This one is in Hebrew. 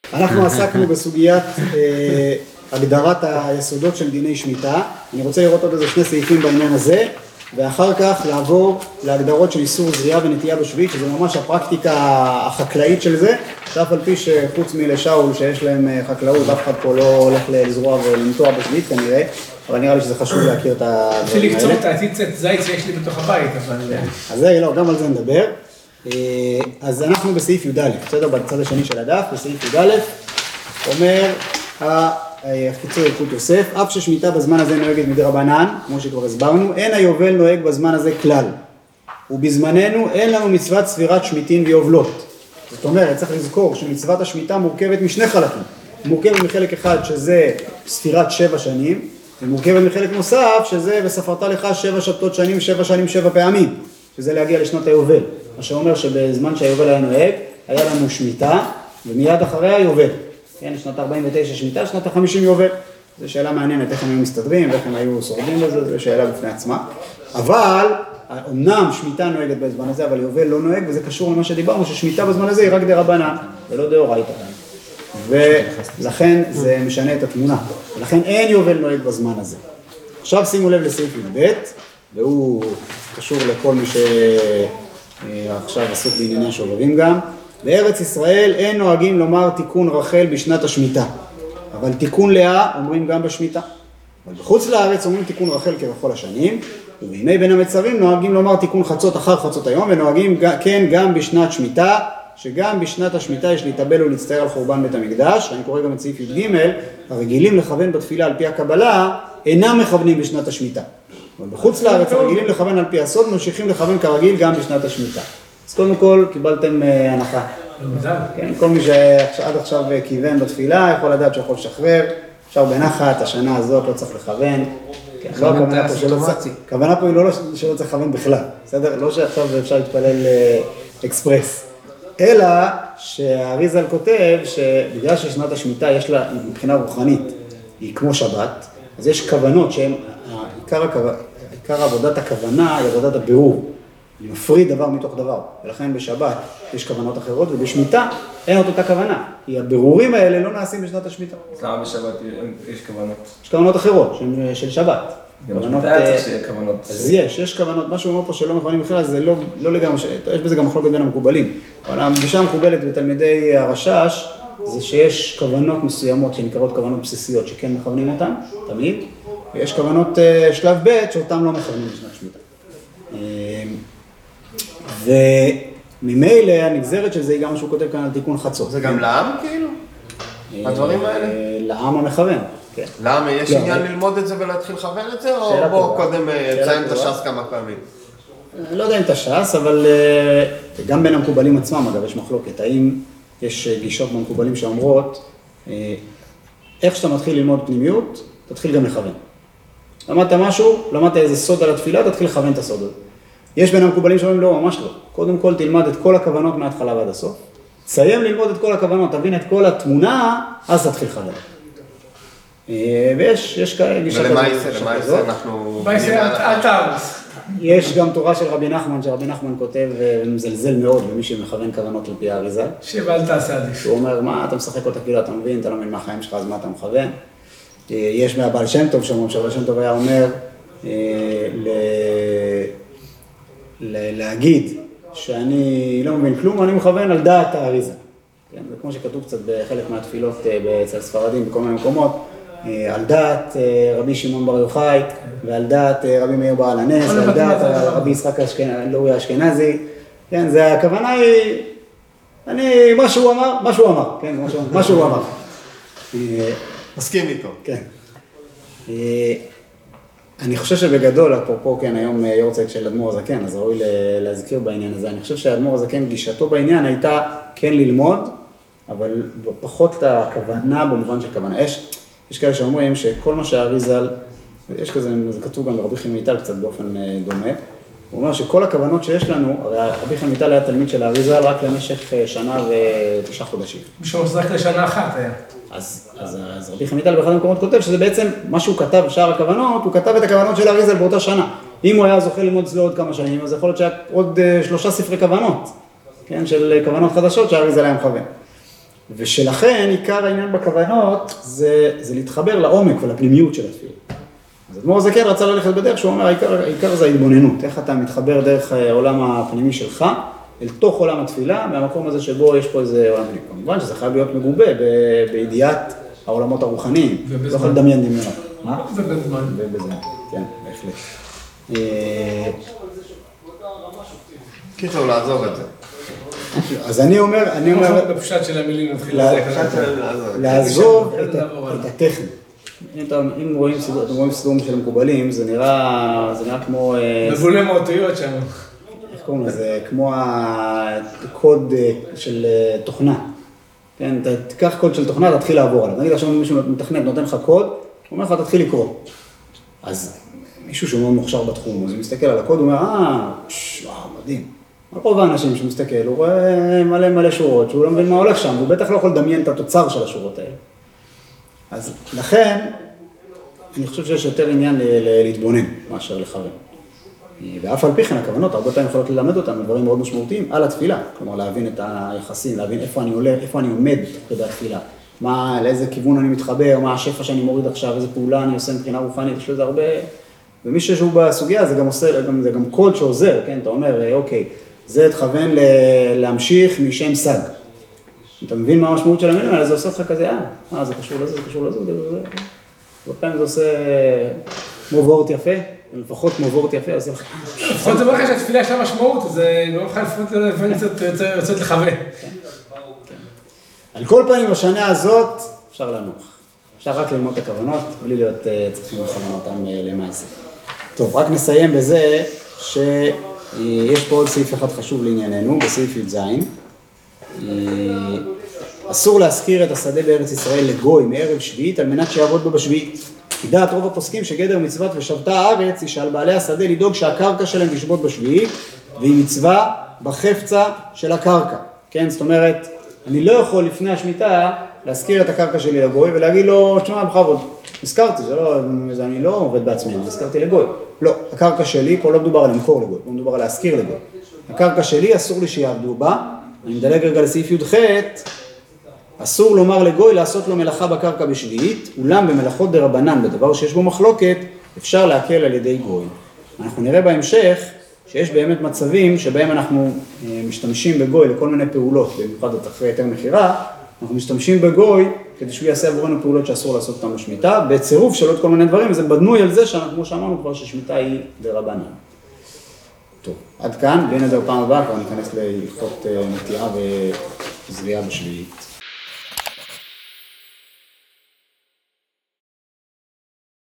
אנחנו עסקנו בסוגיית הגדרת היסודות של דיני שמיטה. אני רוצה לראות עוד איזה שני סעיפים בעניין הזה, ואחר כך לעבור להגדרות של איסור זריעה ונטייה בשביעית, שזה ממש הפרקטיקה החקלאית של זה, שאף על פי שחוץ מלשאול שיש להם חקלאות, אף אחד פה לא הולך לזרוע ולנטוע בשביעית כנראה, אבל נראה לי שזה חשוב להכיר את הדברים האלה. בשביל לקצור את העציצת זית שיש לי בתוך הבית, אבל... אז זה, לא, גם על זה נדבר. אז אנחנו בסעיף י"א, בסדר? בצד השני של הדף, בסעיף י"א, אומר הקיצור ילקוט יוסף, אף ששמיטה בזמן הזה נוהגת מדרבנן, כמו שכבר הסברנו, אין היובל נוהג בזמן הזה כלל. ובזמננו אין לנו מצוות ספירת שמיטין ויובלות. זאת אומרת, צריך לזכור שמצוות השמיטה מורכבת משני חלקים. מורכבת מחלק אחד שזה ספירת 7 שנים, ומורכבת מחלק נוסף שזה וספרת לך 7 שבתות שנים, 7 שנים 7 פעמים, שזה להגיע לשנות היובל. מה שאומר שבזמן שהיובל היה נוהג, היה לנו שמיטה, ומיד אחריה יובל. כן, שנת 49 שמיטה, שנת ה-50 יובל. זו שאלה מעניינת, איך הם היו מסתדרים ואיך הם היו שורדים בזה, זו שאלה בפני עצמה. אבל, אמנם שמיטה נוהגת בזמן הזה, אבל יובל לא נוהג, וזה קשור למה שדיברנו, ששמיטה בזמן הזה היא רק דרבנן, ולא דאורייתא. ולכן זה משנה את התמונה. ולכן אין יובל נוהג בזמן הזה. עכשיו שימו לב לסעיף י"ב, והוא קשור לכל מי שעכשיו עסוק בענייני שובבים גם. בארץ ישראל אין נוהגים לומר תיקון רחל בשנת השמיטה, אבל תיקון לאה אומרים גם בשמיטה. אבל בחוץ לארץ אומרים תיקון רחל כבכל השנים, ובימי בין המצרים נוהגים לומר תיקון חצות אחר חצות היום, ונוהגים כן גם בשנת שמיטה, שגם בשנת השמיטה יש להתאבל ולהצטער על חורבן בית המקדש. אני קורא גם את סעיף י"ג, הרגילים לכוון בתפילה על פי הקבלה, אינם מכוונים בשנת השמיטה. אבל בחוץ לארץ הרגילים לכוון על פי הסוד, ממשיכים לכוון כרגיל גם בשנת השמיטה. אז קודם כל קיבלתם הנחה. כן, כל מי שעד עכשיו כיוון בתפילה יכול לדעת שיכול לשחרר, אפשר בנחת, השנה הזאת לא צריך לכוון. הכוונה פה היא לא שלא צריך לכוון בכלל, בסדר? לא שעכשיו אפשר להתפלל אקספרס. אלא שהאריזל כותב שבגלל ששנת השמיטה יש לה מבחינה רוחנית, היא כמו שבת, אז יש כוונות שהן, עיקר עבודת הכוונה היא עבודת הבירור. היא מפריד דבר מתוך דבר, ולכן בשבת יש כוונות אחרות, ובשמיטה אין אותה כוונה, כי הבירורים האלה לא נעשים בשנת השמיטה. אז למה בשבת יש כוונות? יש כוונות אחרות, של שבת. גם בשמיטה היה צריך שיהיה כוונות. אז יש כוונות, מה שהוא אומר פה שלא מכוונים בכלל, זה לא לגמרי, יש בזה גם מחלוקת בין המקובלים, אבל הגישה המקובלת בתלמידי הרש"ש, זה שיש כוונות מסוימות שנקראות כוונות בסיסיות, שכן מכוונים אותן, תמיד, ויש כוונות שלב ב' שאותן לא מכוונים בשנת שמיטה. וממילא הנגזרת של זה היא גם מה שהוא כותב כאן על תיקון חצות. זה גם לעם כאילו? הדברים האלה? לעם המכוון, כן. לעם יש עניין ללמוד את זה ולהתחיל לכוון את זה, או בוא קודם ציין את הש"ס כמה פעמים? לא יודע אם את הש"ס, אבל גם בין המקובלים עצמם, אגב, יש מחלוקת. האם יש גישות במקובלים שאומרות, איך שאתה מתחיל ללמוד פנימיות, תתחיל גם לכוון. למדת משהו, למדת איזה סוד על התפילה, תתחיל לכוון את הסוד הזה. יש בין המקובלים שאומרים לא, ממש לא. קודם כל תלמד את כל הכוונות מההתחלה ועד הסוף. תסיים ללמוד את כל הכוונות, תבין את כל התמונה, אז תתחיל לכוון. ויש כאלה גישה כזאת. ולמעשה אנחנו... אל תהרוס. יש גם תורה של רבי נחמן, שרבי נחמן כותב ומזלזל מאוד במי שמכוון כוונות על פי האריזה. ואל תעשה עדיף. הוא אומר, מה, אתה משחק אותה כאילו, אתה מבין, אתה לא מבין מהחיים שלך, אז מה אתה מכוון? יש מהבעל שם טוב שאומרים, שהבעל שם טוב היה אומר, להגיד שאני לא מבין כלום, אני מכוון על דעת האריזה. כן? זה כמו שכתוב קצת בחלק מהתפילות אצל ספרדים בכל מיני מקומות, על דעת רבי שמעון בר יוחאי, ועל דעת רבי מאיר בעל הנס, ועל דעת רבי יצחק לואי האשכנזי. כן, זה הכוונה היא, מה שהוא אמר, כן, מה שהוא אמר. מסכים איתו. כן. אני חושב שבגדול, אפרופו, כן, היום יורצייט של אדמו"ר הזקן, אז ראוי להזכיר בעניין הזה. אני חושב שאדמו"ר הזקן, גישתו בעניין הייתה כן ללמוד, אבל פחות הכוונה במובן של כוונה. יש כאלה שאומרים שכל מה שהאריזל, יש כזה, זה כתוב גם ברבי חיים קצת באופן דומה, הוא אומר שכל הכוונות שיש לנו, הרי רבי חיים היה תלמיד של האריזל רק למשך 1 שנה ו9 חודשים. בשביל רק לשנה אחת היה. אז רבי חיים באחד המקומות כותב שזה בעצם מה שהוא כתב בשאר הכוונות, הוא כתב את הכוונות של האריזל באותה שנה. אם הוא היה זוכה ללמוד אצלו עוד כמה שנים, אז יכול להיות שהיה עוד 3 ספרי כוונות, כן, של כוונות חדשות שהאריזל היה מכוון. ושלכן עיקר העניין בכוונות זה להתחבר לעומק ולפנימיות של התפילה. אז אדמו"ר הזקן רצה ללכת בדרך שהוא אומר, העיקר זה ההתבוננות, איך אתה מתחבר דרך העולם הפנימי שלך, אל תוך עולם התפילה, מהמקום הזה שבו יש פה איזה עולם פנימי. כמובן שזה חייב להיות מגובה בידיעת העולמות הרוחניים. לא יכול לדמיין דמיונות. מה? ובזמן. ובזמן, כן, בהחלט. קיצור, לעזוב את זה. אז אני אומר, בפשט של המילים נתחיל לעזוב את הטכני. אם רואים סידורים של המקובלים, זה נראה כמו... מבונה מאותיות שם. איך קוראים לזה? כמו הקוד של תוכנה. כן, תיקח קוד של תוכנה, תתחיל לעבור עליו. נגיד עכשיו מישהו מתכנת, נותן לך קוד, הוא אומר לך, תתחיל לקרוא. אז מישהו שהוא מאוד מוכשר בתחום, אז הוא מסתכל על הקוד, הוא אומר, מדהים. רוב האנשים שמסתכל, הוא רואה מלא שורות, שהוא לא מבין מה הולך שם, הוא בטח לא יכול לדמיין את התוצר של השורות האלה. אז לכן, אני חושב שיש יותר עניין להתבונן מאשר לכוון. ואף על פי כן, הכוונות, הרבה פעמים יכולות ללמד אותנו דברים מאוד משמעותיים על התפילה. כלומר, להבין את היחסים, להבין איפה אני הולך, איפה אני עומד כדי התפילה. לאיזה כיוון אני מתחבר, מה השפע שאני מוריד עכשיו, איזה פעולה אני עושה מבחינה רוחנית, יש לזה הרבה... ומי שהוא בסוגיה, זה גם קוד שעוזר, כן? אתה אומר, אוקיי, זה תכוון להמשיך משם סג. אתה מבין מה המשמעות של המילים האלה, זה עושה לך כזה, זה קשור לזה, זה קשור לזה, זה. בפעמים זה עושה כמו וורט יפה, לפחות כמו וורט יפה, עושה לך... לפחות זה אומר לך שהתפילה יש לה משמעות, אז לא יכול לפעמים קצת לכוון. על כל פנים, בשנה הזאת אפשר לנוח. אפשר רק ללמוד את הכוונות, בלי להיות צריכים לכוון אותם למעשה. טוב, רק נסיים בזה שיש פה עוד סעיף אחד חשוב לענייננו, בסעיף י"ז. אסור להזכיר את השדה בארץ ישראל לגוי מערב שביעית, על מנת שיעבוד בו בשביעית. כי דעת רוב הפוסקים שגדר מצוות ושבתה הארץ, היא שעל בעלי השדה לדאוג שהקרקע שלהם תשבות בשביעית, והיא מצווה בחפצה של הקרקע. כן, זאת אומרת, אני לא יכול לפני השמיטה להזכיר את הקרקע שלי לגוי ולהגיד לו, תשמע, בכבוד, הזכרתי, אני לא עובד בעצמי, אני הזכרתי לגוי. לא, הקרקע שלי, פה לא מדובר על למכור לגוי, פה מדובר על להזכיר לגוי. הקרקע שלי, אסור לי שיעבדו בה, אני מדלג רגע לסעיף י"ח, אסור לומר לגוי לעשות לו מלאכה בקרקע בשביעית, אולם במלאכות דרבנן, בדבר שיש בו מחלוקת, אפשר להקל על ידי גוי. אנחנו נראה בהמשך שיש באמת מצבים שבהם אנחנו משתמשים בגוי לכל מיני פעולות, במיוחד אחרי יותר מכירה, אנחנו משתמשים בגוי כדי שהוא יעשה עבורנו פעולות שאסור לעשות אותם בשמיטה, בצירוף של עוד כל מיני דברים, וזה בנוי על זה שאנחנו, כמו שאמרנו כבר, ששמיטה היא דרבנן. טוב, עד כאן, בין את זה בפעם הבאה, כבר ניכנס להלכות נטיעה וזריעה בשביעית.